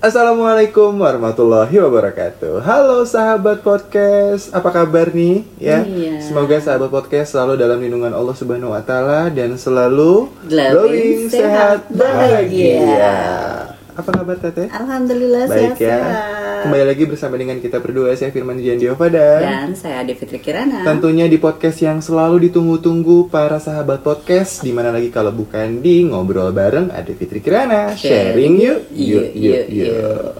Assalamualaikum warahmatullahi wabarakatuh. Halo sahabat podcast, apa kabar nih? Ya, semoga sahabat podcast selalu dalam lindungan Allah Subhanahu Wa Taala dan selalu glowing, sehat, bahagia. Apa kabar Teteh? Alhamdulillah baik ya. Kembali lagi bersama dengan kita berdua, saya Firman Diandiova dan saya Ade Fitri Kirana. Tentunya di podcast yang selalu ditunggu-tunggu para sahabat podcast, di mana lagi kalau bukan di Ngobrol Bareng Ade Fitri Kirana. Sharing yuk.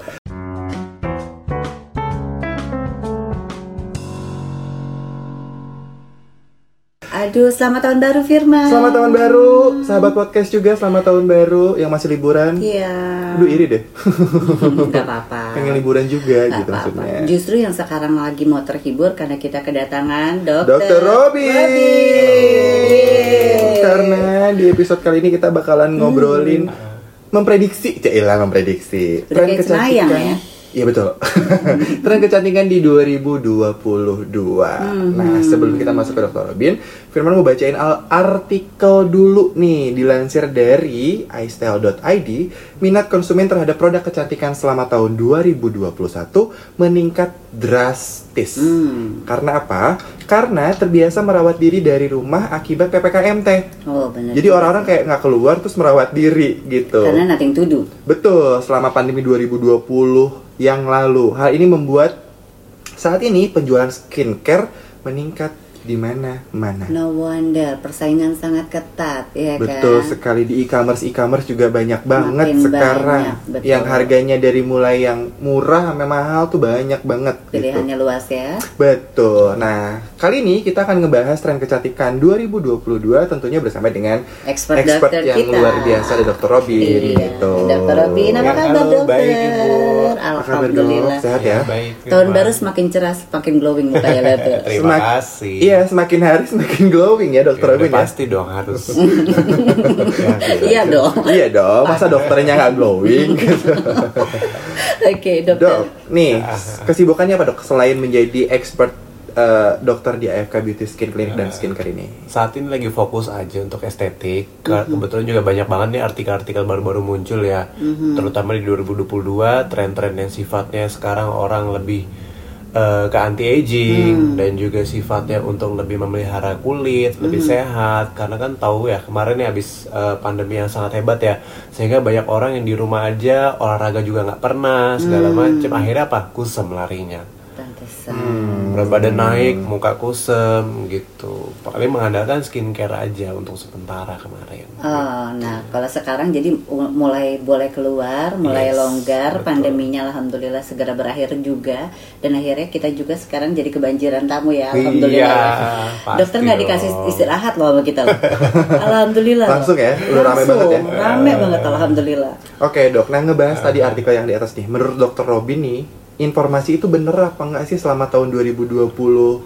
Aduh, selamat tahun baru Firman. Selamat tahun baru, sahabat podcast juga selamat tahun baru yang masih liburan. Iya. Aduh iri deh. Gak apa-apa. Pengen liburan juga gak gitu apa-apa. maksudnya. Justru yang sekarang lagi mau terhibur karena kita kedatangan Dr. Robin. Karena di episode kali ini kita bakalan ngobrolin memprediksi Udah kayak Semayang ya. Iya betul. Tren kecantikan di 2022. Nah, sebelum kita masuk ke Dr. Robin, Firman mau bacain artikel dulu nih, dilansir dari istyle.id. Minat konsumen terhadap produk kecantikan selama tahun 2021 meningkat drastis. Karena apa? Karena terbiasa merawat diri dari rumah akibat PPKM teh. Oh, benar. Jadi orang-orang kayak nggak keluar terus merawat diri gitu. Karena nothing to do. Betul, selama pandemi 2020 yang lalu. Hal ini membuat saat ini penjualan skincare meningkat di mana-mana. No wonder, persaingan sangat ketat, ya Betul kan? sekali, di e-commerce juga banyak banget Makin sekarang. banyak, betul. Yang harganya dari mulai yang murah sampai mahal tuh banyak banget. Pilihannya gitu. luas ya. Betul. Nah, kali ini kita akan ngebahas tren kecantikan 2022 tentunya bersama dengan Expert yang kita. luar biasa, ada Dr. Robin. Iya, Gitu. Dr. Robin, apa kabar halo, dokter? baik, Ibu. Alhamdulillah. Sehat ya? Baik, Tahun Firman. baru semakin cerah, semakin glowing mukanya lihat tuh. Terima kasih. Iya, semakin hari semakin glowing ya Dr. Udah Robin ya. pasti dong harus. Iya dong. Iya dong, masa dokternya nggak glowing gitu. Oke, dokter. Dok, nih kesibukannya apa dok selain menjadi expert dokter di AFK Beauty Skin Clinic dan Skincare ini? Saat ini lagi fokus aja untuk estetik. Kebetulan juga banyak banget nih artikel-artikel baru-baru muncul ya. Terutama di 2022, tren-tren yang sifatnya sekarang orang lebih ke anti-aging dan juga sifatnya untuk lebih memelihara kulit, lebih sehat. Karena kan tahu ya kemarin nih habis pandemi yang sangat hebat ya, sehingga banyak orang yang di rumah aja olahraga juga nggak pernah segala macam. Akhirnya apa? Kusem larinya. Berat badan naik, muka kusem gitu. Paling mengandalkan skincare aja untuk sementara kemarin. Oh, nah kalau sekarang jadi mulai boleh keluar, mulai longgar, betul. Pandeminya alhamdulillah segera berakhir juga, dan akhirnya kita juga sekarang jadi kebanjiran tamu ya, alhamdulillah. Iya, Ya. pasti Dokter nggak dong. dikasih istirahat loh sama kita loh. Alhamdulillah. Langsung ya? Udah rame banget ya? Rame banget alhamdulillah. Oke dok, nah ngebahas tadi artikel yang di atas nih. Menurut Dr. Robin nih, informasi itu bener apa nggak sih selama tahun 2021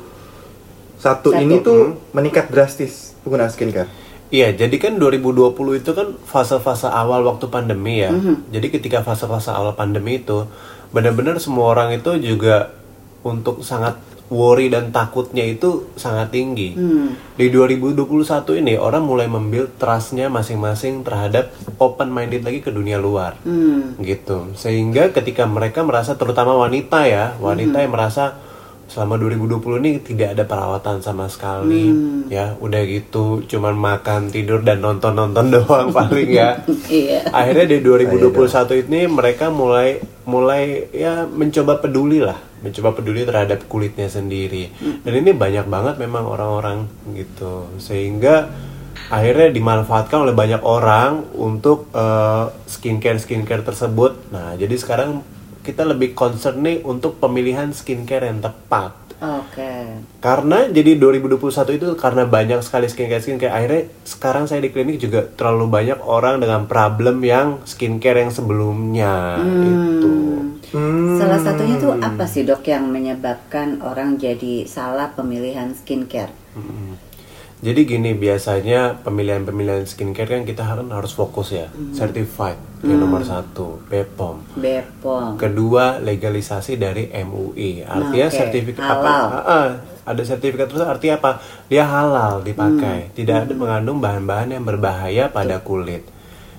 ini tuh meningkat drastis penggunaan skincare? Iya, jadi kan 2020 itu kan fase-fase awal waktu pandemi ya. Jadi ketika fase-fase awal pandemi itu, benar-benar semua orang itu juga untuk sangat worry dan takutnya itu sangat tinggi. Di 2021 ini orang mulai membuild trust-nya masing-masing terhadap open-minded lagi ke dunia luar. Gitu. Sehingga ketika mereka merasa, terutama wanita ya, wanita yang merasa selama 2020 ini tidak ada perawatan sama sekali, ya udah gitu, cuman makan, tidur dan nonton doang paling ya. Iya. Akhirnya di 2021 ini mereka mulai ya mencoba peduli terhadap kulitnya sendiri. Dan ini banyak banget memang orang-orang gitu, sehingga akhirnya dimanfaatkan oleh banyak orang untuk skincare tersebut. Nah, jadi sekarang kita lebih concern nih untuk pemilihan skincare yang tepat. Oke. Karena jadi 2021 itu karena banyak sekali skincare, akhirnya sekarang saya di klinik juga terlalu banyak orang dengan problem yang skincare yang sebelumnya itu. Salah satunya tuh apa sih dok yang menyebabkan orang jadi salah pemilihan skincare? Jadi gini, biasanya pemilihan skincare kan kita harus fokus ya, certified yang nomor 1, BPOM. Kedua, legalisasi dari MUI, artinya sertifikat ada sertifikat terus, artinya apa? Dia halal dipakai, tidak ada mengandung bahan-bahan yang berbahaya pada kulit.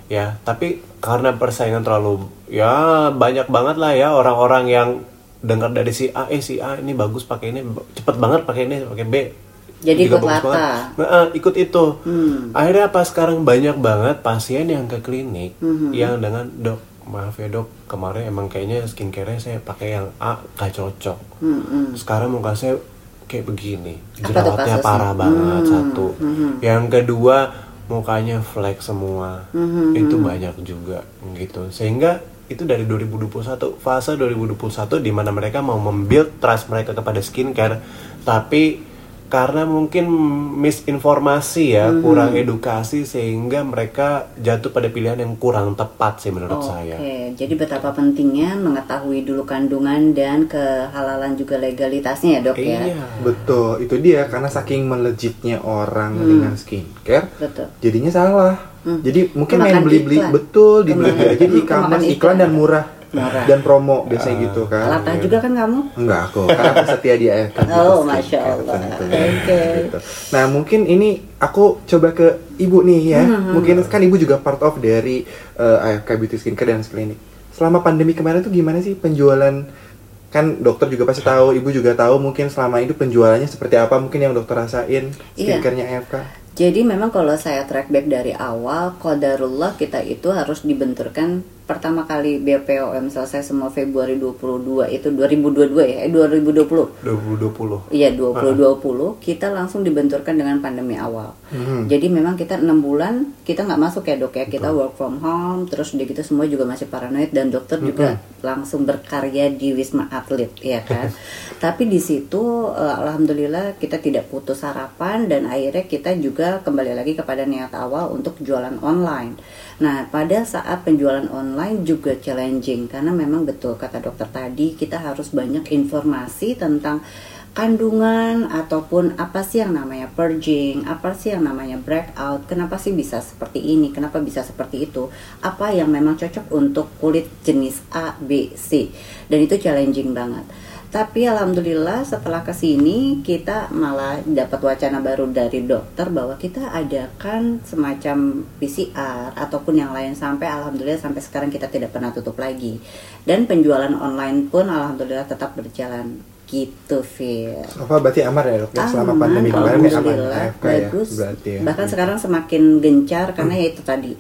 ya. Tapi karena persaingan terlalu ya banyak banget lah ya orang-orang yang dengar dari si A ini bagus pakai ini, cepet banget pakai ini, pakai B. Jadi juga ikut bagus lata. banget. Ikut itu. Akhirnya apa sekarang banyak banget pasien yang ke klinik yang dengan dok, maaf ya dok, kemarin emang kayaknya skincare-nya saya pakai yang A gak cocok. Sekarang muka saya kayak begini, jerawatnya parah banget satu. Yang kedua mukanya flek semua. Itu banyak juga gitu. Sehingga itu dari 2021, fase 2021 di mana mereka mau membuild trust mereka kepada skincare, tapi karena mungkin misinformasi ya, kurang edukasi sehingga mereka jatuh pada pilihan yang kurang tepat sih menurut saya. Oke, jadi betapa pentingnya mengetahui dulu kandungan dan kehalalan juga legalitasnya ya dok ya. Iya. Betul, itu dia karena saking melejitnya orang dengan skincare, Betul. jadinya salah. Jadi mungkin Makan main beli-beli, iklan. betul, dibeli aja di Makan e-commerce, iklan. iklan dan murah. Dan promo biasanya gitu kan. Latah juga kan kamu? Enggak, aku karena setia di AFK. Oh, Masya Allah. Oke. Gitu. Nah, mungkin ini aku coba ke Ibu nih ya. Mungkin kan Ibu juga part of dari AFK Beauty Skincare dan Klinik. Selama pandemi kemarin tuh gimana sih penjualan? Kan dokter juga pasti tahu, Ibu juga tahu mungkin selama itu penjualannya seperti apa mungkin yang dokter rasain skincare-nya AFK. Jadi memang kalau saya track back dari awal, qadarullah kita itu harus dibenturkan pertama kali BPOM selesai semua Februari 22 itu 2022 ya, 2020. 2020. Iya 2020 kita langsung dibenturkan dengan pandemi awal. Jadi memang kita 6 bulan kita nggak masuk ya dok ya, kita work from home, terus udah gitu semua juga masih paranoid dan dokter juga langsung berkarya di Wisma Atlet ya kan. Tapi di situ alhamdulillah kita tidak putus harapan dan akhirnya kita juga kembali lagi kepada niat awal untuk jualan online. Nah pada saat penjualan online juga challenging karena memang betul kata dokter tadi kita harus banyak informasi tentang kandungan ataupun apa sih yang namanya purging, apa sih yang namanya breakout, kenapa sih bisa seperti ini, kenapa bisa seperti itu, apa yang memang cocok untuk kulit jenis A, B, C, dan itu challenging banget. Tapi alhamdulillah setelah kesini kita malah dapat wacana baru dari dokter bahwa kita adakan semacam PCR ataupun yang lain sampai alhamdulillah sampai sekarang kita tidak pernah tutup lagi. Dan penjualan online pun alhamdulillah tetap berjalan gitu, Fir. Apa berarti aman ya dok? Ya, selama pandemi kemarin ya aman AFK ya? Bagus. Berarti ya. Bahkan sekarang semakin gencar karena ya itu tadi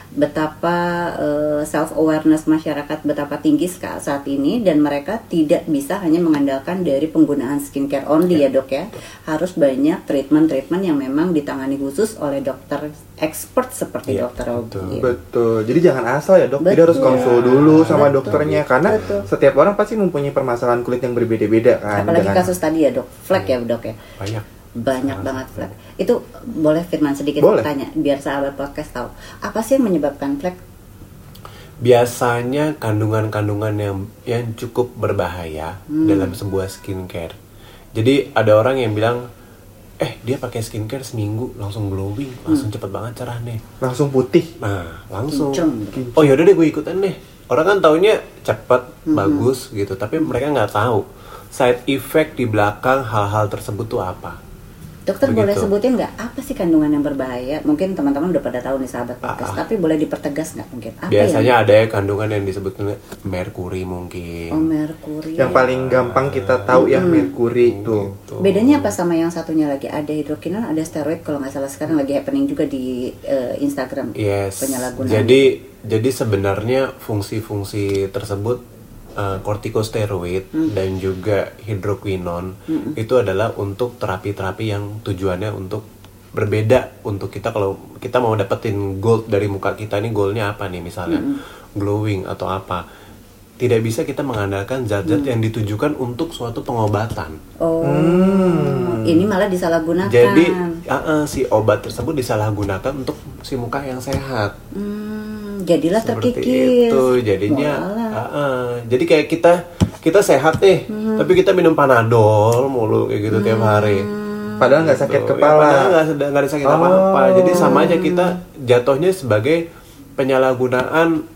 betapa self awareness masyarakat betapa tinggi saat ini dan mereka tidak bisa hanya mengandalkan dari penggunaan skincare only ya dok ya, harus banyak treatment yang memang ditangani khusus oleh dokter expert seperti dokter Robi. Betul. Jadi jangan asal ya dok. Jadi harus konsul dulu sama dokternya karena setiap orang pasti mempunyai permasalahan kulit yang berbeda-beda kan. Apalagi kasus tadi ya dok, flek ya dok ya. Banyak banget flek. Itu boleh Firman sedikit bertanya biar sahabat podcast tahu. Apa sih yang menyebabkan flek? Biasanya kandungan-kandungan yang cukup berbahaya dalam sebuah skincare. Jadi ada orang yang bilang, dia pakai skincare seminggu langsung glowing, langsung cepet banget cerah nih, langsung putih. Nah, langsung. Kincung. Oh yaudah deh gue ikutan deh. Orang kan taunya cepet, bagus gitu, tapi mereka nggak tahu side effect di belakang hal-hal tersebut tuh apa. Dokter boleh sebutin nggak apa sih kandungan yang berbahaya? Mungkin teman-teman udah pada tahu nih sahabat podcast, tapi boleh dipertegas nggak mungkin? Apa biasanya ada ya kandungan yang disebut merkuri mungkin. Oh merkuri. Yang paling gampang kita tahu yang merkuri tuh. Gitu. Bedanya apa sama yang satunya lagi? Ada hidrokinon, ada steroid kalau nggak salah sekarang lagi happening juga di Instagram. Yes. Penyalahgunaan. Jadi sebenarnya fungsi-fungsi tersebut kortikosteroid dan juga hidroquinon itu adalah untuk terapi-terapi yang tujuannya untuk berbeda untuk kita. Kalau kita mau dapetin gold dari muka kita, nih goalnya apa nih misalnya glowing atau apa, tidak bisa kita mengandalkan zat-zat yang ditujukan untuk suatu pengobatan. Ini malah disalahgunakan. Jadi si obat tersebut disalahgunakan untuk si muka yang sehat. Jadilah seperti terkikis. Itu jadinya jadi kayak kita sehat nih, tapi kita minum Panadol mulu kayak gitu tiap hari. Padahal nggak sakit kepala. Padahal nggak ada sakit apa-apa. Jadi sama aja kita jatuhnya sebagai penyalahgunaan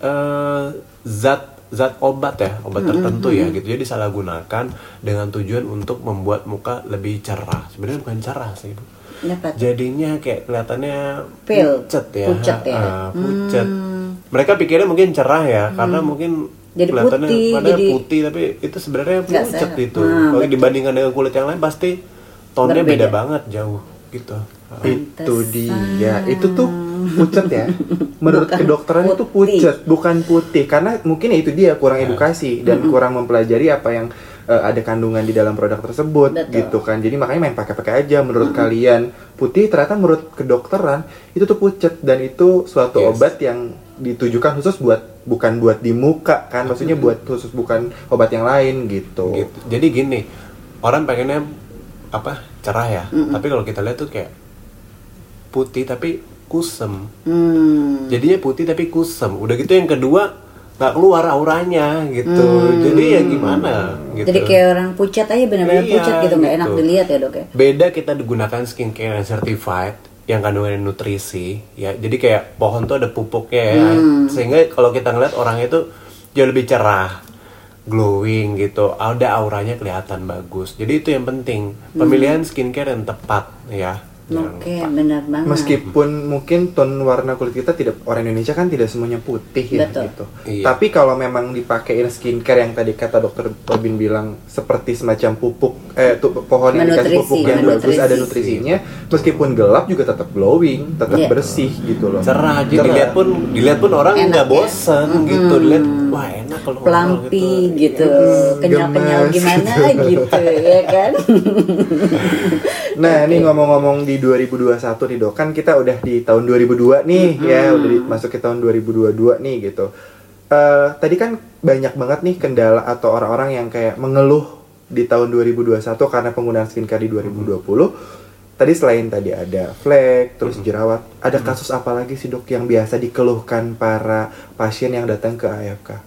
zat obat tertentu ya gitu. Jadi disalahgunakan dengan tujuan untuk membuat muka lebih cerah. Sebenarnya bukan cerah sih, Bu. Jadinya kayak kelihatannya pucet ya. Pucet. mereka pikirnya mungkin cerah ya, karena mungkin jadi kelihatannya putih, padahal jadi putih, tapi itu sebenarnya nggak pucat sehat. itu. Kalau dibandingkan dengan kulit yang lain pasti tonnya Berbeda. beda banget, jauh gitu. Itu dia. Itu tuh pucat ya. Menurut Bukan kedokteran itu putih. pucat, bukan putih. Karena mungkin ya itu dia kurang edukasi dan kurang mempelajari apa yang ada kandungan di dalam produk tersebut. Betul. Gitu kan. Jadi makanya main pakai-pakai aja. Menurut kalian putih, ternyata menurut kedokteran itu tuh pucat, dan itu suatu Yes. obat yang ditujukan khusus bukan buat di muka kan, maksudnya buat khusus, bukan obat yang lain gitu. Gitu. Jadi gini, orang pengennya apa, cerah ya, tapi kalau kita lihat tuh kayak putih tapi kusem. Jadinya putih tapi kusem. Udah gitu yang kedua nggak keluar auranya gitu. Jadi ya gimana gitu. Jadi kayak orang pucat aja, benar-benar Iya, pucat gitu, nggak enak gitu. dilihat ya dok ya. Beda kita digunakan skincare yang certified, yang kandungannya nutrisi ya. Jadi kayak pohon tuh ada pupuknya ya. Sehingga kalau kita ngeliat orang itu jauh lebih cerah, glowing gitu, ada auranya kelihatan bagus. Jadi itu yang penting, pemilihan skincare yang tepat ya. Jangan Oke, lupa. benar banget. Meskipun mungkin tone warna kulit kita tidak, orang Indonesia kan tidak semuanya putih ya. Betul. Gitu. Iya. Tapi kalau memang dipakein skincare yang tadi kata dokter Robin bilang seperti semacam pupuk, pohon yang dikasih Menutrisi, pupuk yang bagus, menutrisi. ada nutrisinya, meskipun gelap juga tetap glowing, tetap Iya. bersih gitu loh. Cerah, jadi dilihat pun orang Enak nggak ya. bosen gitu. Dilihat, wah enak kalau ngomong Pelampi gitu, Hmm, kenyal-kenyal gemes gimana gitu. gitu ya kan. Nah, ini ngomong-ngomong di 2021 nih dok, kan kita udah di tahun 2002 nih ya, udah masuk ke tahun 2022 nih gitu. Tadi kan banyak banget nih kendala atau orang-orang yang kayak mengeluh di tahun 2021 karena penggunaan skincare di 2020. Tadi selain tadi ada flek, terus jerawat, ada kasus apa lagi sih dok yang biasa dikeluhkan para pasien yang datang ke AFK?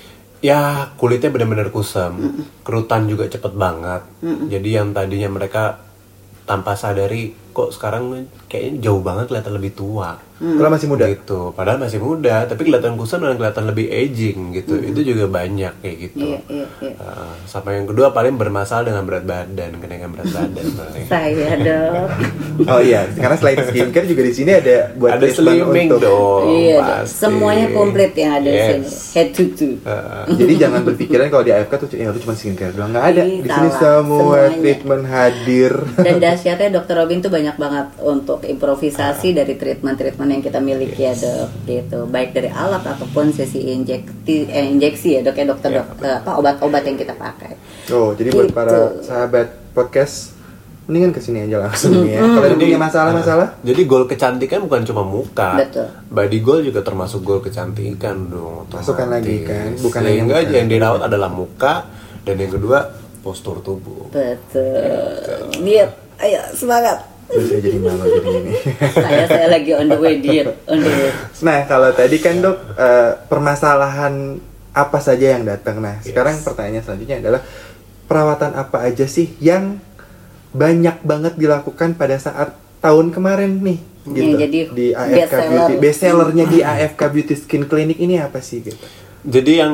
Ya kulitnya benar-benar kusam, kerutan juga cepet banget. Jadi yang tadinya mereka tanpa sadari kok sekarang kayaknya jauh banget kelihatan lebih tua. Kalau masih muda? Gitu. Padahal masih muda, tapi kelihatan kusam dan kelihatan lebih aging gitu. Itu juga banyak kayak gitu. Iya. Sama yang kedua paling bermasalah dengan berat badan, kenaikan berat badan paling. Saya dok. Oh iya, karena selain skincare juga di sini ada buat Ada treatment slimming untuk. dong. Iya, Dok. Pasti. Semuanya komplit yang ada di Yes. sini, head to toe. Jadi jangan berpikiran kalau di AFK tuh ya lu cuma skincare doang, nggak ada. Ih, Di sini salah. semua Semuanya. treatment hadir. Dan dahsyatnya Dokter Robin tuh banyak banget untuk improvisasi dari treatment-treatment yang kita miliki ya dok, gitu. Baik dari alat ataupun sesi injeksi ya dok ya dokter obat-obat yang kita pakai. Oh, jadi buat Gitu. para sahabat podcast, mendingan kesini aja langsung ya. Kalau ada punya masalah-masalah, Jadi goal kecantikan bukan cuma muka. Betul. Body goal juga termasuk goal kecantikan dong. Masukkan lagi kan, bukan hanya Sehingga muka. yang dirawat adalah muka, dan yang kedua postur tubuh. Betul. Diet, ayo semangat. terus saya jadi malu jadi ini. saya lagi on the way diet, on the way. Nah, kalau tadi kan dok, permasalahan apa saja yang datang. Nah, sekarang pertanyaan selanjutnya adalah perawatan apa aja sih yang banyak banget dilakukan pada saat tahun kemarin nih, gitu. jadi Di AFK bestseller. Beauty, bestsellernya di AFK Beauty Skin Clinic ini apa sih gitu? Jadi yang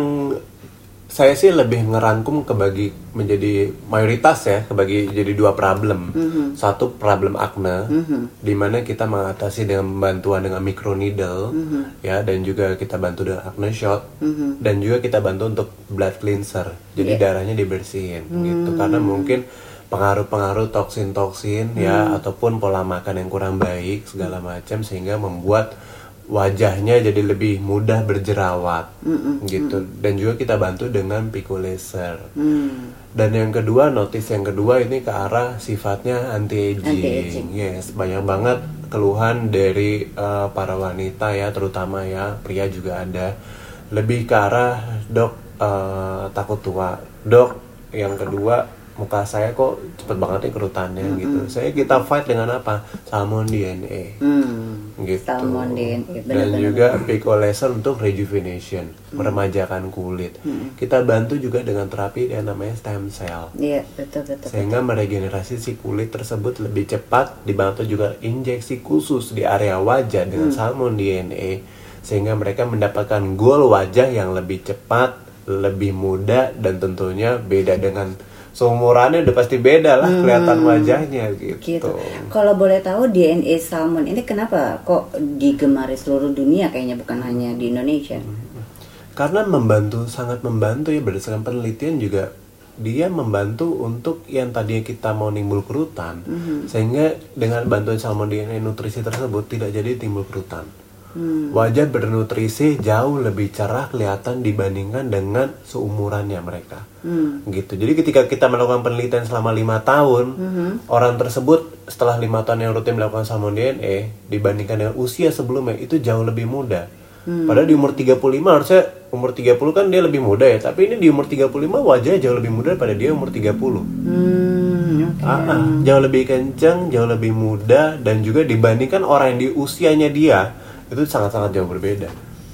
saya sih lebih ngerangkum kebagi menjadi mayoritas ya, kebagi jadi dua problem. Satu problem acne, di mana kita mengatasi dengan bantuan dengan microneedle, ya, dan juga kita bantu dengan acne shot, dan juga kita bantu untuk blood cleanser. Jadi darahnya dibersihin, gitu. Karena mungkin pengaruh-pengaruh toksin-toksin ya, ataupun pola makan yang kurang baik segala macam, sehingga membuat wajahnya jadi lebih mudah berjerawat gitu. Dan juga kita bantu dengan pico laser. Dan yang kedua, notice yang kedua ini ke arah sifatnya anti-aging. Yes, banyak banget keluhan dari para wanita ya, terutama ya, pria juga ada, lebih ke arah dok takut tua. Dok, yang kedua muka saya kok cepet banget nih kerutannya gitu. Kita fight dengan apa? Salmon DNA. Gitu. Salmon DNA, Dan benar-benar. juga pico laser untuk rejuvenation, meremajakan kulit. Kita bantu juga dengan terapi yang namanya stem cell. Iya, betul. Sehingga meregenerasi si kulit tersebut lebih cepat, dibantu juga injeksi khusus di area wajah dengan salmon DNA, sehingga mereka mendapatkan goal wajah yang lebih cepat, lebih mudah, dan tentunya beda dengan seumurannya udah pasti beda lah kelihatan wajahnya gitu. Kalau boleh tahu DNA salmon ini kenapa kok digemari seluruh dunia, kayaknya bukan hanya di Indonesia? Karena sangat membantu ya, berdasarkan penelitian juga dia membantu untuk yang tadinya kita mau nimbul kerutan, sehingga dengan bantuan salmon DNA nutrisi tersebut tidak jadi timbul kerutan. Wajah bernutrisi jauh lebih cerah kelihatan dibandingkan dengan seumurannya mereka. Gitu. Jadi ketika kita melakukan penelitian selama 5 tahun, orang tersebut setelah 5 tahun yang rutin melakukan salmon DNA dibandingkan dengan usia sebelumnya itu jauh lebih muda. Padahal di umur 35 harusnya umur 30 kan dia lebih muda ya, tapi ini di umur 35 wajahnya jauh lebih muda daripada dia umur 30. Jauh lebih kencang, jauh lebih muda, dan juga dibandingkan orang yang di usianya dia itu sangat-sangat jauh berbeda.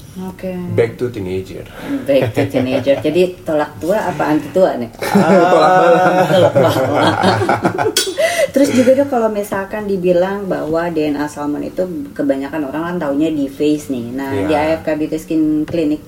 Back to teenager. Back to teenager. Jadi tolak tua apa anti tua nih? Tolak bala. Terus juga dong kalau misalkan dibilang bahwa DNA salmon itu kebanyakan orang kan taunya di face nih. Nah, di AFK Beauty Skin Clinic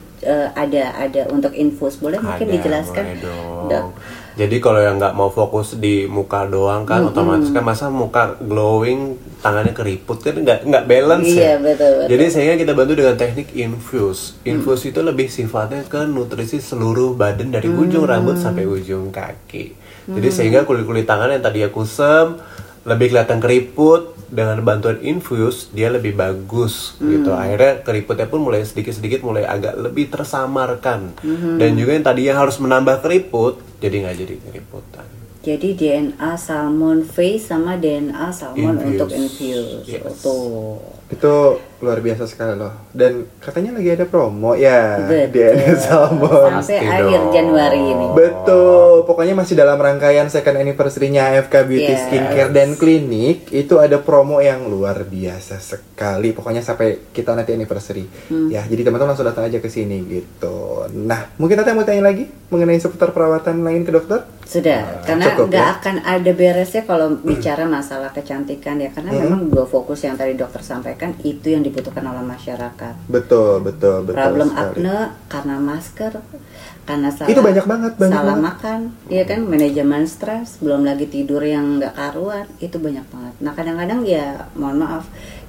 ada untuk infus. Boleh mungkin dijelaskan? Dok. Jadi kalau yang nggak mau fokus di muka doang kan, otomatis kan masa muka glowing, tangannya keriput kan nggak balance ya. Betul. Jadi sehingga kita bantu dengan teknik infuse. Infuse itu lebih sifatnya ke nutrisi seluruh badan dari ujung rambut sampai ujung kaki. Jadi sehingga kulit-kulit tangan yang tadi kusam lebih kelihatan keriput, dengan bantuan infuse dia lebih bagus gitu. Akhirnya keriputnya pun mulai sedikit-sedikit mulai agak lebih tersamarkan. Dan juga yang tadinya harus menambah keriput jadi nggak jadi keriputan. Jadi DNA salmon face sama DNA salmon untuk infuse. Tuh. Itu luar biasa sekali loh. Dan katanya lagi ada promo ya. DNA salmon sampai akhir Januari ini. Betul. Pokoknya masih dalam rangkaian second anniversary-nya AFK Beauty Skincare dan Clinic. Itu ada promo yang luar biasa sekali. Pokoknya sampai kita nanti anniversary. Ya, jadi teman-teman langsung datang aja ke sini gitu. Nah, mungkin Tata mau tanya lagi mengenai seputar perawatan lain ke dokter? Sudah, karena nggak akan ada beresnya kalau bicara masalah kecantikan ya. Karena memang dua fokus yang tadi dokter sampaikan itu yang dibutuhkan oleh masyarakat. Betul. Problem sekali. akne karena masker, karena salah, itu banyak banget. Salah makan, ya kan, manajemen stres, belum lagi tidur yang nggak karuan, itu banyak banget. Nah kadang-kadang ya, mohon maaf,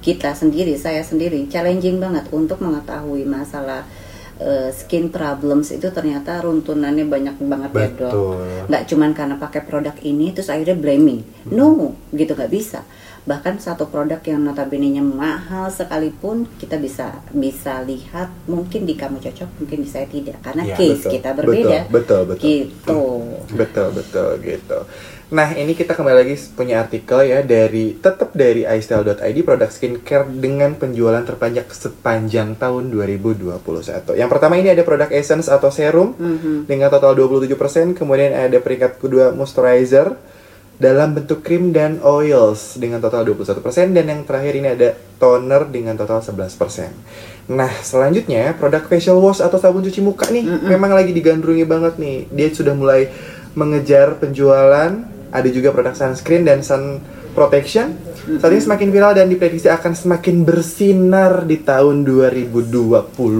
saya sendiri challenging banget untuk mengetahui masalah skin problems itu ternyata runtunannya banyak banget. Ya dok. Nggak cuman karena pakai produk ini terus akhirnya blaming, no, gitu nggak bisa. Bahkan satu produk yang notabene-nya mahal sekalipun kita bisa lihat mungkin di kamu cocok, mungkin di saya tidak, karena case kita berbeda. Betul. Gitu. Betul gitu. Nah, ini kita kembali lagi punya artikel ya dari iStyle.id, produk skincare dengan penjualan terbanyak sepanjang tahun 2021. Yang pertama ini ada produk essence atau serum dengan total 27%, kemudian ada peringkat kedua moisturizer dalam bentuk krim dan oils dengan total 21%, dan yang terakhir ini ada toner dengan total 11%. Nah, selanjutnya produk facial wash atau sabun cuci muka nih memang lagi digandrungi banget nih. Dia sudah mulai mengejar penjualan. Ada juga produk sunscreen dan sun protection. Saat ini semakin viral dan diprediksi akan semakin bersinar di tahun 2022.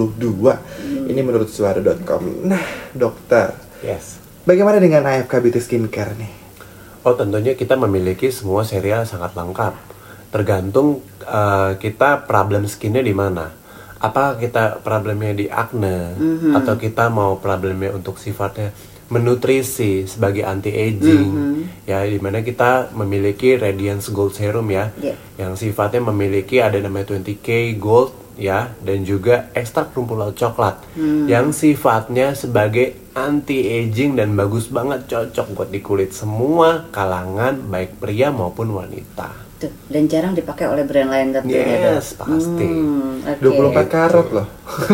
Ini menurut suara.com. Nah, dokter, bagaimana dengan AFK Beauty Skincare nih? Oh, tentunya kita memiliki semua serial sangat lengkap. Tergantung kita problem skinnya di mana. Apakah kita problemnya di acne, atau kita mau problemnya untuk sifatnya menutrisi sebagai anti-aging, ya, dimana kita memiliki Radiance Gold Serum ya, yang sifatnya memiliki ada namanya 20K Gold ya, dan juga ekstrak rumput laut coklat yang sifatnya sebagai anti-aging dan bagus banget, cocok buat di kulit semua kalangan baik pria maupun wanita. Dan jarang dipakai oleh brand lain tentunya. Yes, pasti. 24 karat loh.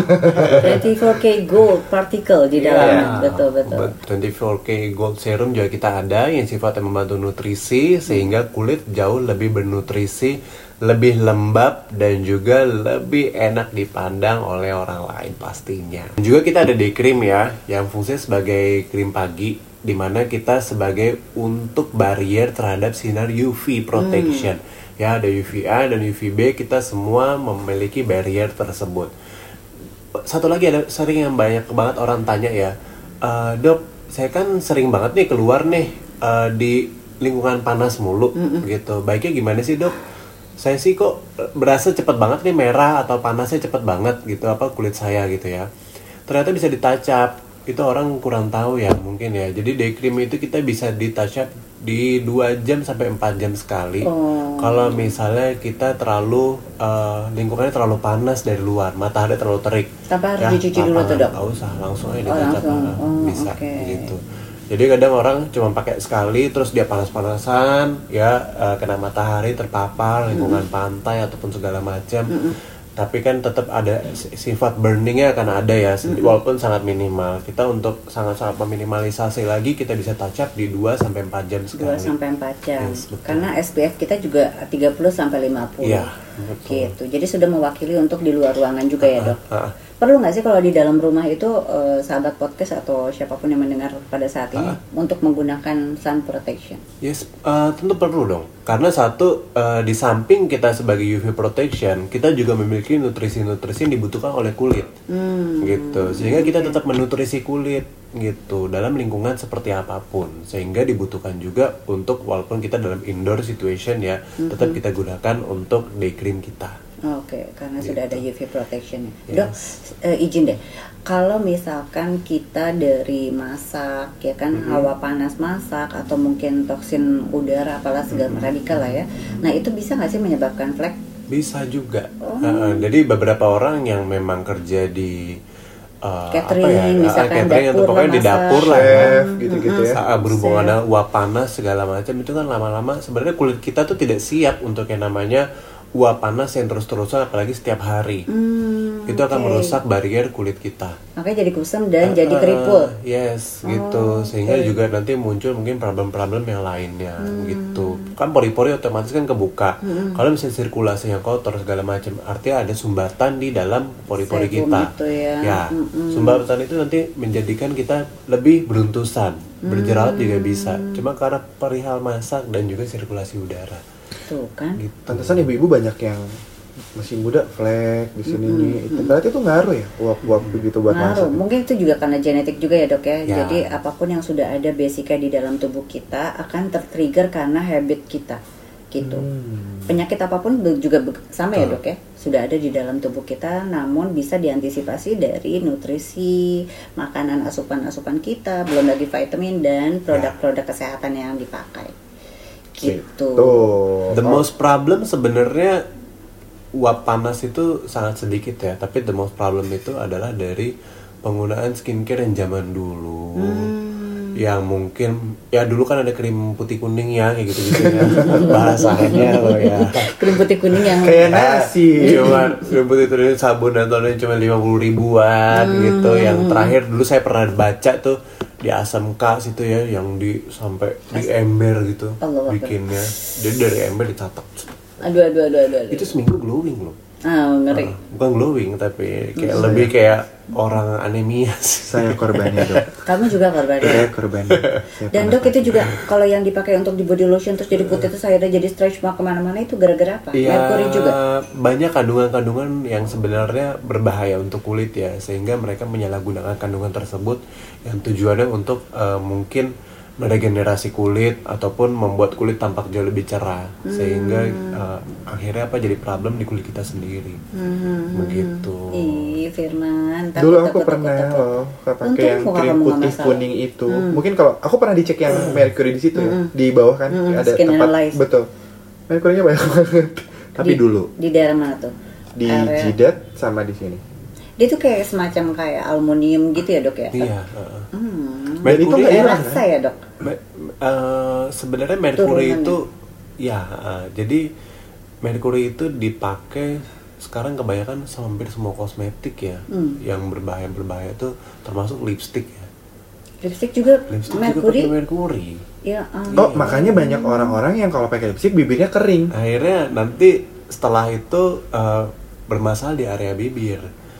24K gold particle di dalamnya. Betul. 24K gold serum juga kita ada yang sifatnya membantu nutrisi sehingga kulit jauh lebih bernutrisi, lebih lembab, dan juga lebih enak dipandang oleh orang lain pastinya. Dan juga kita ada day cream ya, yang fungsinya sebagai krim pagi, dimana kita sebagai untuk barrier terhadap sinar UV protection. Ya, ada UVA dan UVB, kita semua memiliki barrier tersebut. Satu lagi ada sering yang banyak banget orang tanya ya, dok, saya kan sering banget nih keluar nih di lingkungan panas mulu gitu. Baiknya gimana sih dok? Saya sih kok berasa cepet banget nih merah atau panasnya cepet banget gitu apa kulit saya gitu ya. Ternyata bisa di-touch up. Itu orang kurang tahu ya mungkin ya. Jadi day cream itu kita bisa di-touch up di 2 jam sampai 4 jam sekali. Kalau misalnya kita terlalu lingkungannya terlalu panas dari luar, matahari terlalu terik. Tanpa harus dicuci dulu tuh dok? Nggak usah, langsung aja di-touch up. Bisa okay. gitu. Jadi kadang orang cuma pakai sekali terus dia panas-panasan ya kena matahari terpapar lingkungan pantai ataupun segala macam. Tapi kan tetap ada sifat burningnya akan ada ya walaupun sangat minimal. Kita untuk sangat-sangat meminimalisasi lagi kita bisa touch up di 2 sampai 4 jam sekali. 2 sampai 4 jam. Yes, karena SPF kita juga 30 sampai 50. Iya, gitu. Jadi sudah mewakili untuk di luar ruangan juga ya, Dok. Perlu nggak sih kalau di dalam rumah itu sahabat podcast atau siapapun yang mendengar pada saat ini untuk menggunakan sun protection? Yes, tentu perlu dong. Karena satu di samping kita sebagai UV protection, kita juga memiliki nutrisi-nutrisi yang dibutuhkan oleh kulit, gitu. Sehingga kita tetap menutrisi kulit, gitu, dalam lingkungan seperti apapun. Sehingga dibutuhkan juga untuk walaupun kita dalam indoor situation ya, tetap kita gunakan untuk day cream kita. Oke, karena gitu. sudah ada UV protection ya. Yes. Dok, izin deh. Kalau misalkan kita dari masak, ya kan hawa panas masak atau mungkin toksin udara, apalah segala radikal lah ya. Nah itu bisa nggak sih menyebabkan flek? Bisa juga. Jadi beberapa orang yang memang kerja di catering, misalkan catering dapur, atau pokoknya di dapur lah ya, gitu-gitu ya. Saat berhubungan dengan uap panas segala macam itu kan lama-lama sebenarnya kulit kita tuh tidak siap untuk yang namanya uap panas yang terus-terusan apalagi setiap hari. Itu akan merusak barrier kulit kita. Makanya jadi kusam dan jadi keriput. Yes, gitu. Sehingga juga nanti muncul mungkin problem-problem yang lainnya gitu. Kan pori-pori otomatis kan kebuka. Kalau misalnya sirkulasinya kotor segala macam, artinya ada sumbatan di dalam pori-pori kita. Itu ya. Sumbatan itu nanti menjadikan kita lebih beruntusan. Berjerawat juga bisa. Cuma karena perihal masak dan juga sirkulasi udara. Tuh kan. Gitu. Pantesan ibu-ibu banyak yang masih muda flek di sini nih. Itu berarti itu ngaruh ya uap-uap begitu buat Ngaruh. masak. Mungkin itu juga karena genetik juga ya dok ya. Ya. Jadi apapun yang sudah ada basicnya di dalam tubuh kita akan tertrigger karena habit kita gitu. Penyakit apapun juga sama ya dok ya. Sudah ada di dalam tubuh kita, namun bisa diantisipasi dari nutrisi, makanan asupan-asupan kita, belum lagi vitamin dan produk-produk kesehatan yang dipakai. Gitu. The most problem sebenarnya uap panas itu sangat sedikit ya, tapi the most problem itu adalah dari penggunaan skincare yang zaman dulu. Yang mungkin ya dulu kan ada krim putih kuning ya kayak gitu-gitu ya bahasanya loh ya. Krim putih kuning yang Kayak nasi. Cuma krim putih kuning sabun dan toner cuma 50 ribuan gitu. Yang terakhir dulu saya pernah baca tuh di Asam K situ ya yang sampai di ember gitu bikinnya. Jadi dari ember ditatak. Aduh. Itu seminggu glowing loh. Ngeri. Bukan glowing tapi kayak lebih kayak orang anemia sih. Saya korbannya dok. Kamu juga korbannya. Saya korbannya. Dan dok itu juga kalau yang dipakai untuk di body lotion terus jadi putih terus akhirnya jadi stretch mark kemana-mana itu gara-gara apa? Merkuri juga. Banyak kandungan-kandungan yang sebenarnya berbahaya untuk kulit ya, sehingga mereka menyalahgunakan kandungan tersebut yang tujuannya untuk mungkin meregenerasi kulit ataupun membuat kulit tampak jauh lebih cerah, sehingga akhirnya jadi problem di kulit kita sendiri. Begitu. Ih, Firman. Dulu aku pernah loh pakai yang krim putih kuning itu. Mungkin kalau aku pernah dicek yang merkuri di situ ya, di bawah kan ada Skin tempat analyze. betul. Merkurinya banyak banget. Tapi dulu di daerah mana tuh? di jidat sama di sini. Dia tuh kayak semacam kayak aluminium gitu ya dok ya? Iya. Dan itu nggak hilang rasa ya dok? Sebenarnya merkuri itu jadi merkuri itu dipakai sekarang kebanyakan hampir semua kosmetik ya. Yang berbahaya itu termasuk lipstick ya. Lipstick juga merkuri. Merkuri. Ya, makanya banyak orang-orang yang kalau pakai lipstick bibirnya kering. Akhirnya nanti setelah itu bermasalah di area bibir.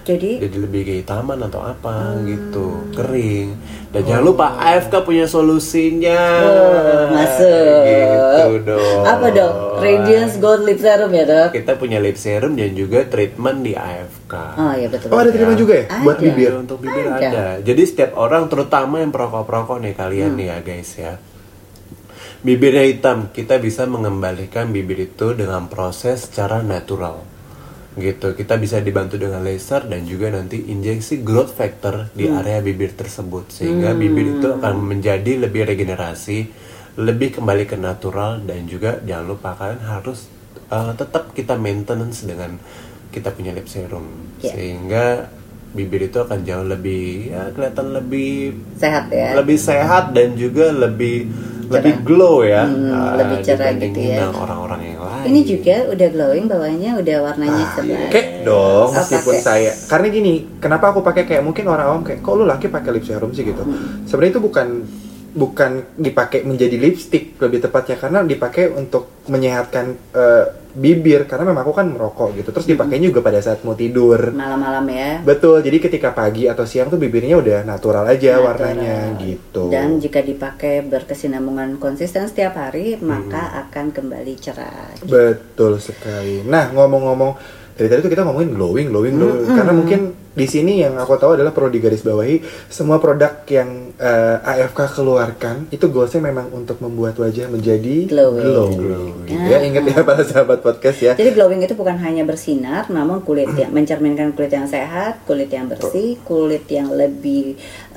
Jadi lebih kehitaman atau apa gitu, kering. Dan jangan lupa AFK punya solusinya. Masuk. Gitu dong. Apa dong? Radiance Gold Lip Serum ya dok? Kita punya lip serum dan juga treatment di AFK. Oh iya betul. Oh ada treatment juga ya? Buat Ada. bibir? Untuk bibir Ada. ada. Jadi setiap orang, terutama yang perokok-perokok nih kalian nih ya guys ya. Bibirnya hitam, kita bisa mengembalikan bibir itu dengan proses secara natural. Gitu, kita bisa dibantu dengan laser dan juga nanti injeksi growth factor di area bibir tersebut sehingga bibir itu akan menjadi lebih regenerasi, lebih kembali ke natural. Dan juga jangan lupa kalian harus tetap kita maintenance dengan kita punya lip serum sehingga bibir itu akan jauh lebih kelihatan lebih Sehat ya. lebih sehat dan juga lebih glow ya, lebih cerah dibandingin gitu ya. dengan orang-orang yang lain. Ini juga udah glowing, bawahnya udah warnanya cerah. Kayak dong, Oh, meskipun pakai. saya. Karena gini, kenapa aku pakai kayak mungkin orang awam kayak, kok lu laki pakai lip serum sih gitu. Sebenarnya itu bukan dipakai menjadi lipstick lebih tepatnya, karena dipakai untuk menyehatkan bibir, karena memang aku kan merokok gitu. Terus dipakainya juga pada saat mau tidur. Malam-malam ya. Betul, jadi ketika pagi atau siang tuh bibirnya udah natural aja Natural. warnanya gitu. Dan jika dipakai berkesinambungan konsisten setiap hari, maka akan kembali cerah. Betul sekali. Nah, ngomong-ngomong dari tadi tuh kita ngomongin glowing. Karena mungkin di sini yang aku tahu adalah perlu digarisbawahi semua produk yang AFK keluarkan itu goalsnya memang untuk membuat wajah menjadi Glowing. Ya, ingat ya para sahabat podcast ya. Jadi glowing itu bukan hanya bersinar, namun kulit yang mencerminkan kulit yang sehat, kulit yang bersih, kulit yang lebih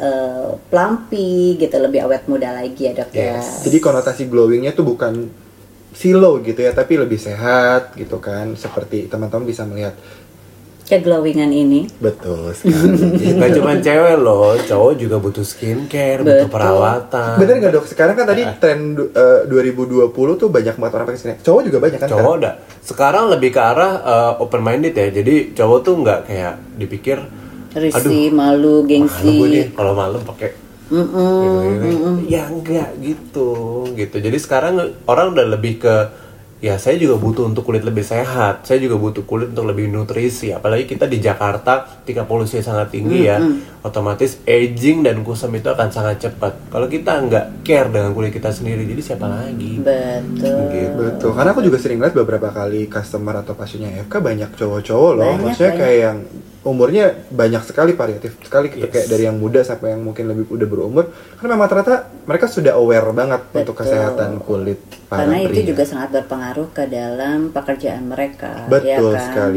plumpy gitu, lebih awet muda lagi ya dok ya. Jadi konotasi glowingnya tuh bukan slow gitu ya, tapi lebih sehat gitu kan. Seperti teman-teman bisa melihat. Keglowingan ini. Betul sekali. Gak cuma cewek loh, cowok juga butuh skincare, butuh perawatan. Bener nggak dok? Sekarang kan tadi tren 2020 tuh banyak banget orang pakai skincare. Cowok juga banyak kan? Cowok udah. Sekarang lebih ke arah open minded ya. Jadi cowok tuh nggak kayak dipikir, Risih, malu, malu gue nih gengsi. kalau malam pakai ya enggak gitu. Jadi sekarang orang udah lebih ke, ya saya juga butuh untuk kulit lebih sehat, saya juga butuh kulit untuk lebih nutrisi. Apalagi kita di Jakarta ketika polusi sangat tinggi ya, otomatis aging dan kusam itu akan sangat cepat. Kalau kita nggak care dengan kulit kita sendiri, jadi siapa lagi? Betul. Gitu. Betul, karena aku juga sering lihat beberapa kali customer atau pasiennya AFK banyak cowok-cowok loh. Maksudnya kayak yang umurnya banyak sekali, variatif sekali gitu. Kayak dari yang muda sampai yang mungkin lebih udah berumur. Karena memang ternyata mereka sudah aware banget untuk kesehatan kulit para Karena pria. itu juga sangat berpengaruh ke dalam pekerjaan mereka. Betul ya kan? sekali.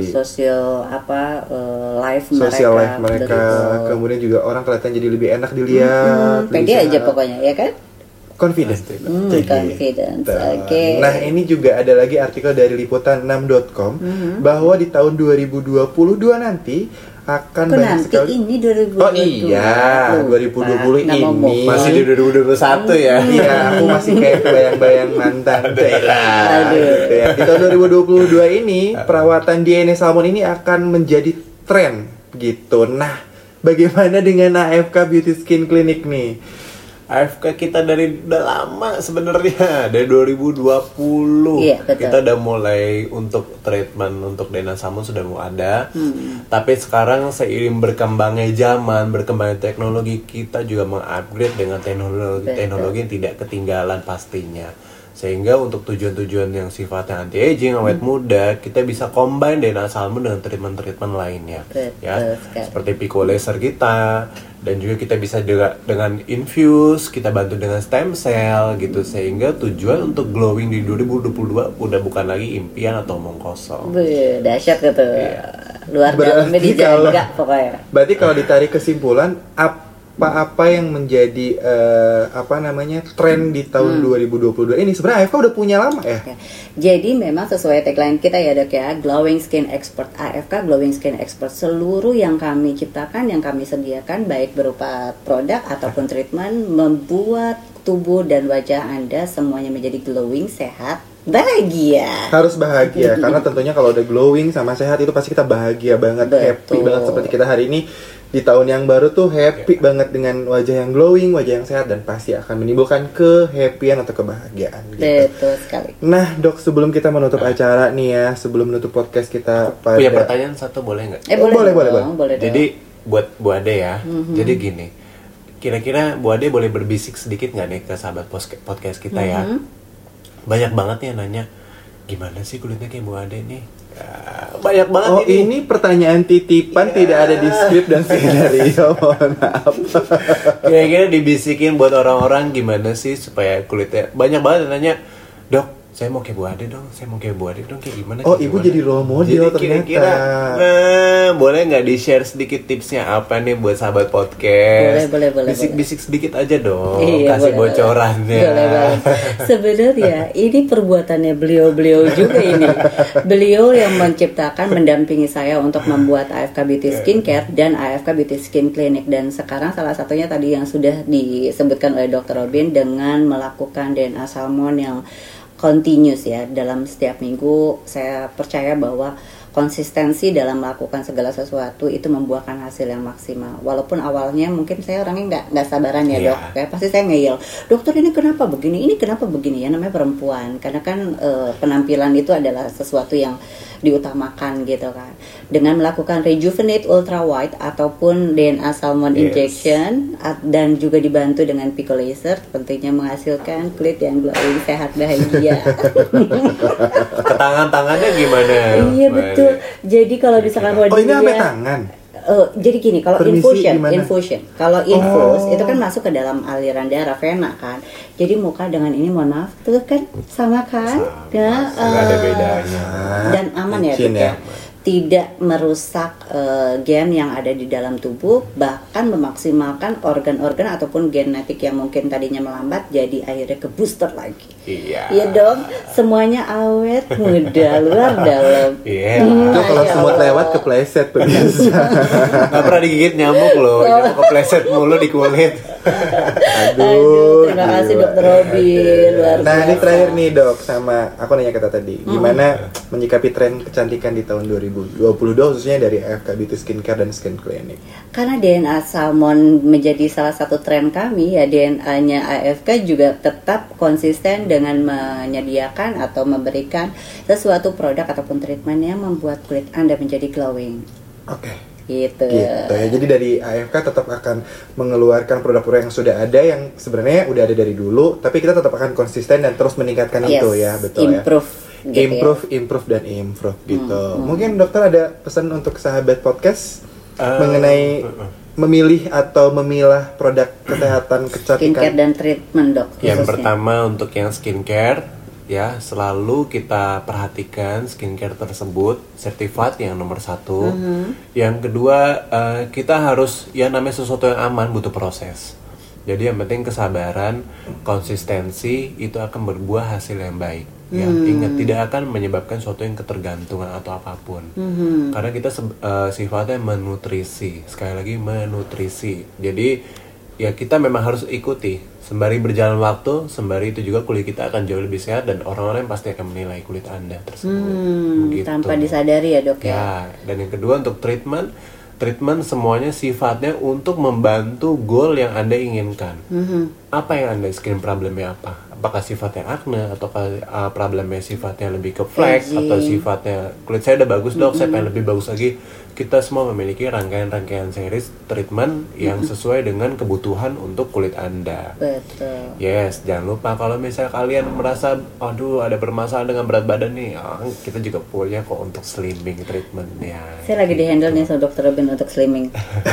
Life Social mereka. life mereka. Betul. Kemudian juga orang kelihatan jadi lebih enak dilihat. lebih Pede aja sehat. pokoknya ya kan? Confident. Confidence. Oke. Nah, ini juga ada lagi artikel dari liputan6.com bahwa di tahun 2022 nanti akan Kok banyak nanti sekali. ini 2022? Oh iya, 2020 Nama ini. momen. Masih di 2021 ya. Iya, aku masih kayak bayang-bayang mantan daerah. Gitu ya. Di tahun 2022 ini perawatan DNA salmon ini akan menjadi tren gitu. Nah, bagaimana dengan AFK Beauty Skin Clinic nih? AFK kita dari udah lama sebenarnya, dari 2020 Iya, betul. kita udah mulai untuk treatment untuk DNA salmon sudah mau ada. Tapi sekarang seiring berkembangnya zaman, berkembangnya teknologi, kita juga mengupgrade dengan teknologi yang tidak ketinggalan pastinya. Sehingga untuk tujuan-tujuan yang sifatnya anti-aging, awet muda, kita bisa combine DNA salmon dengan treatment-treatment lainnya. Betul Ya, sekali. seperti pico laser kita, dan juga kita bisa juga dengan infuse, kita bantu dengan stem cell gitu, sehingga tujuan untuk glowing di 2022 udah bukan lagi impian atau omong kosong. Dahsyat gitu. Luar Berarti dalamnya dijaga pokoknya. Berarti kalau ditarik kesimpulan, apa yang menjadi tren di tahun 2022 ini? Sebenarnya AFK udah punya lama ya. Ya. Jadi memang sesuai tagline kita ya dok ya, Glowing Skin Expert AFK, Glowing Skin Expert. Seluruh yang kami ciptakan, yang kami sediakan, baik berupa produk ataupun treatment, membuat tubuh dan wajah Anda semuanya menjadi glowing, sehat, bahagia. Harus bahagia karena tentunya kalau udah glowing sama sehat itu pasti kita bahagia banget, happy Betul. banget seperti kita hari ini di tahun yang baru tuh happy banget dengan wajah yang glowing, wajah yang sehat, dan pasti akan menimbulkan kehappyan atau kebahagiaan gitu. Betul sekali. Nah dok, sebelum kita menutup acara nih ya, sebelum menutup podcast kita Punya pertanyaan satu, boleh nggak? boleh. Boleh dong. Jadi buat Bu Ade ya, jadi gini, kira-kira Bu Ade boleh berbisik sedikit nggak nih ke sahabat podcast kita ya? Banyak banget nih yang nanya, gimana sih kulitnya kayak Bu Ade nih? Banyak banget ini pertanyaan titipan, tidak ada di skrip dan skenario. Mohon maaf. Kira-kira dibisikin buat orang-orang gimana sih supaya kulitnya, banyak banget yang nanya, dok, saya mau kayak Bu Ade dong, kayak gimana? Ibu jadi role model jadi kira-kira, boleh nggak di-share sedikit tipsnya apa nih buat sahabat podcast? Boleh. Bisik-bisik sedikit aja dong, Iya, kasih boleh. bocorannya. Boleh. Sebenarnya ini perbuatannya beliau juga ini. Beliau yang menciptakan, mendampingi saya untuk membuat AFK Beauty Skincare dan AFK Beauty Skin Clinic, dan sekarang salah satunya tadi yang sudah disebutkan oleh Dr. Robin dengan melakukan DNA Salmon yang continuous ya, dalam setiap minggu. Saya percaya bahwa konsistensi dalam melakukan segala sesuatu itu membuahkan hasil yang maksimal. Walaupun awalnya mungkin saya orangnya nggak sabaran ya dok, kayak pasti saya ngeyel, dokter ini kenapa begini ya, namanya perempuan, karena kan penampilan itu adalah sesuatu yang diutamakan gitu kan. Dengan melakukan Rejuvenate Ultra White ataupun DNA Salmon Injection dan juga dibantu dengan Pico Laser, tentunya menghasilkan kulit yang glowing, sehat, bahagia. Ke tangannya gimana? Iya betul. Jadi kalau misalkan mau ini sampai tangan. Jadi gini, kalau infusion, kalau infus itu kan masuk ke dalam aliran darah vena kan. Jadi muka dengan ini, mohon maaf, tuh kan sama kan? Nggak ada bedanya. Dan aman ya, dok ya. Tidak merusak gen yang ada di dalam tubuh, bahkan memaksimalkan organ-organ ataupun genetik yang mungkin tadinya melambat jadi akhirnya ke booster lagi. Iya dong, semuanya awet, muda, luar dalam. Itu kalau semut lewat kepleset pemirsa. Gak pernah digigit nyamuk loh, nyamuk kepleset mulu di kulit. Aduh, terima kasih Dokter Robin, luar biasa. Nah ini terakhir nih dok, sama aku nanya kata tadi, gimana menyikapi tren kecantikan di tahun 2022 khususnya dari AFK Beauty Skincare dan Skin Clinic? Karena DNA Salmon menjadi salah satu tren kami ya, DNA-nya AFK juga tetap konsisten dengan menyediakan atau memberikan sesuatu produk ataupun treatment yang membuat kulit Anda menjadi glowing. Oke. Gitu ya. Jadi dari AFK tetap akan mengeluarkan produk-produk yang sudah ada, yang sebenarnya udah ada dari dulu, tapi kita tetap akan konsisten dan terus meningkatkan itu ya, betul improve, ya. Gitu Improve gitu. Mungkin dokter ada pesan untuk sahabat podcast mengenai memilih atau memilah produk kesehatan kecantikan skincare dan treatment dok. Yang pertama untuk yang skincare ya, selalu kita perhatikan skincare tersebut certified yang nomor 1. Yang kedua, kita harus, ya namanya sesuatu yang aman butuh proses. Jadi yang penting kesabaran, konsistensi itu akan berbuah hasil yang baik. Ya, ingat, tidak akan menyebabkan suatu yang ketergantungan atau apapun. Karena kita sifatnya menutrisi. Sekali lagi menutrisi. Jadi ya kita memang harus ikuti. Sembari berjalan waktu, sembari itu juga kulit kita akan jauh lebih sehat dan orang-orang pasti akan menilai kulit Anda tersebut. Begitu. Tanpa disadari ya dok ya. Dan yang kedua untuk treatment semuanya sifatnya untuk membantu goal yang Anda inginkan. Apa yang Anda, skin problemnya apa? Apakah sifatnya acne atau problemnya sifatnya lebih ke flek atau sifatnya kulit saya udah bagus dok, saya pengen lebih bagus lagi. Kita semua memiliki rangkaian-rangkaian series treatment yang sesuai dengan kebutuhan untuk kulit Anda. Betul. Yes, jangan lupa kalau misalnya kalian merasa aduh ada permasalahan dengan berat badan nih, kita juga punya kok untuk slimming treatment ya. Saya lagi di handle nih sama Dr. Robin untuk slimming.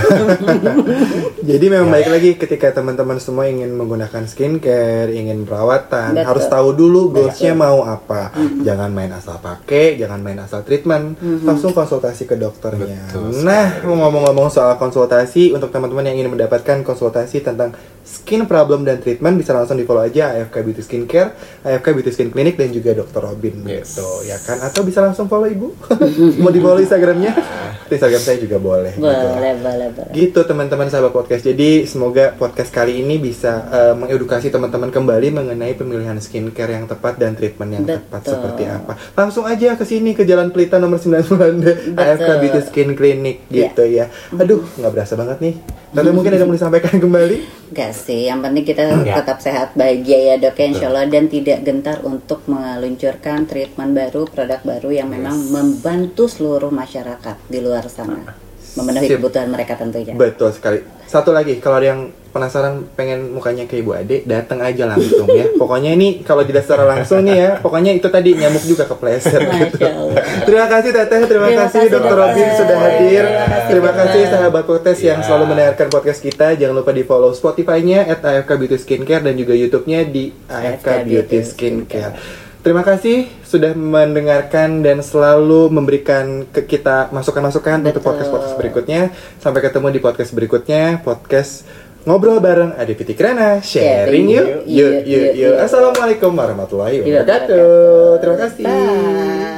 Jadi memang baik lagi ketika teman-teman semua ingin menggunakan skincare, ingin perawatan, harus tahu dulu goalsnya mau apa. Jangan main asal pakai, jangan main asal treatment, langsung konsultasi ke dokternya. Nah, ngomong-ngomong soal konsultasi, untuk teman-teman yang ingin mendapatkan konsultasi tentang skin problem dan treatment, bisa langsung di follow aja AFK Beauty Skincare, AFK Beauty Skin Clinic, dan juga Dr. Robin gitu, ya kan? Atau bisa langsung follow ibu, mau di follow Instagramnya, Instagram saya juga boleh. Boleh. Gitu teman-teman sahabat podcast. Jadi semoga podcast kali ini bisa mengedukasi teman-teman kembali mengenai pemilihan skincare yang tepat dan treatment yang tepat seperti apa. Langsung aja ke sini ke Jalan Pelita nomor 9 AFK Beauty Skin Clinic gitu ya. Aduh, nggak berasa banget nih. Tante mungkin ada mau disampaikan kembali? Gak sih, yang penting kita tetap sehat, bahagia ya dok ya insya Allah, dan tidak gentar untuk meluncurkan treatment baru, produk baru yang memang membantu seluruh masyarakat di luar sana memenuhi kebutuhan mereka tentunya. Betul sekali. Satu lagi, kalau ada yang penasaran pengen mukanya kayak Ibu Ade, datang aja langsung ya. Pokoknya ini kalau tidak secara langsung nih ya, pokoknya itu tadi nyamuk juga kepleset gitu. Terima kasih Teteh, terima kasih Dr. Robin sudah hadir. Terima kasih sahabat podcast yang selalu mendengarkan podcast kita. Jangan lupa di follow Spotify-nya @AFK Beauty Skincare dan juga YouTube-nya di AFK Beauty Skincare. Terima kasih sudah mendengarkan dan selalu memberikan ke kita masukan-masukan untuk podcast-podcast berikutnya. Sampai ketemu di podcast berikutnya, podcast Ngobrol bareng Ade Fitriana, sharing yuk. Assalamualaikum warahmatullahi wabarakatuh. Terima kasih. Bye.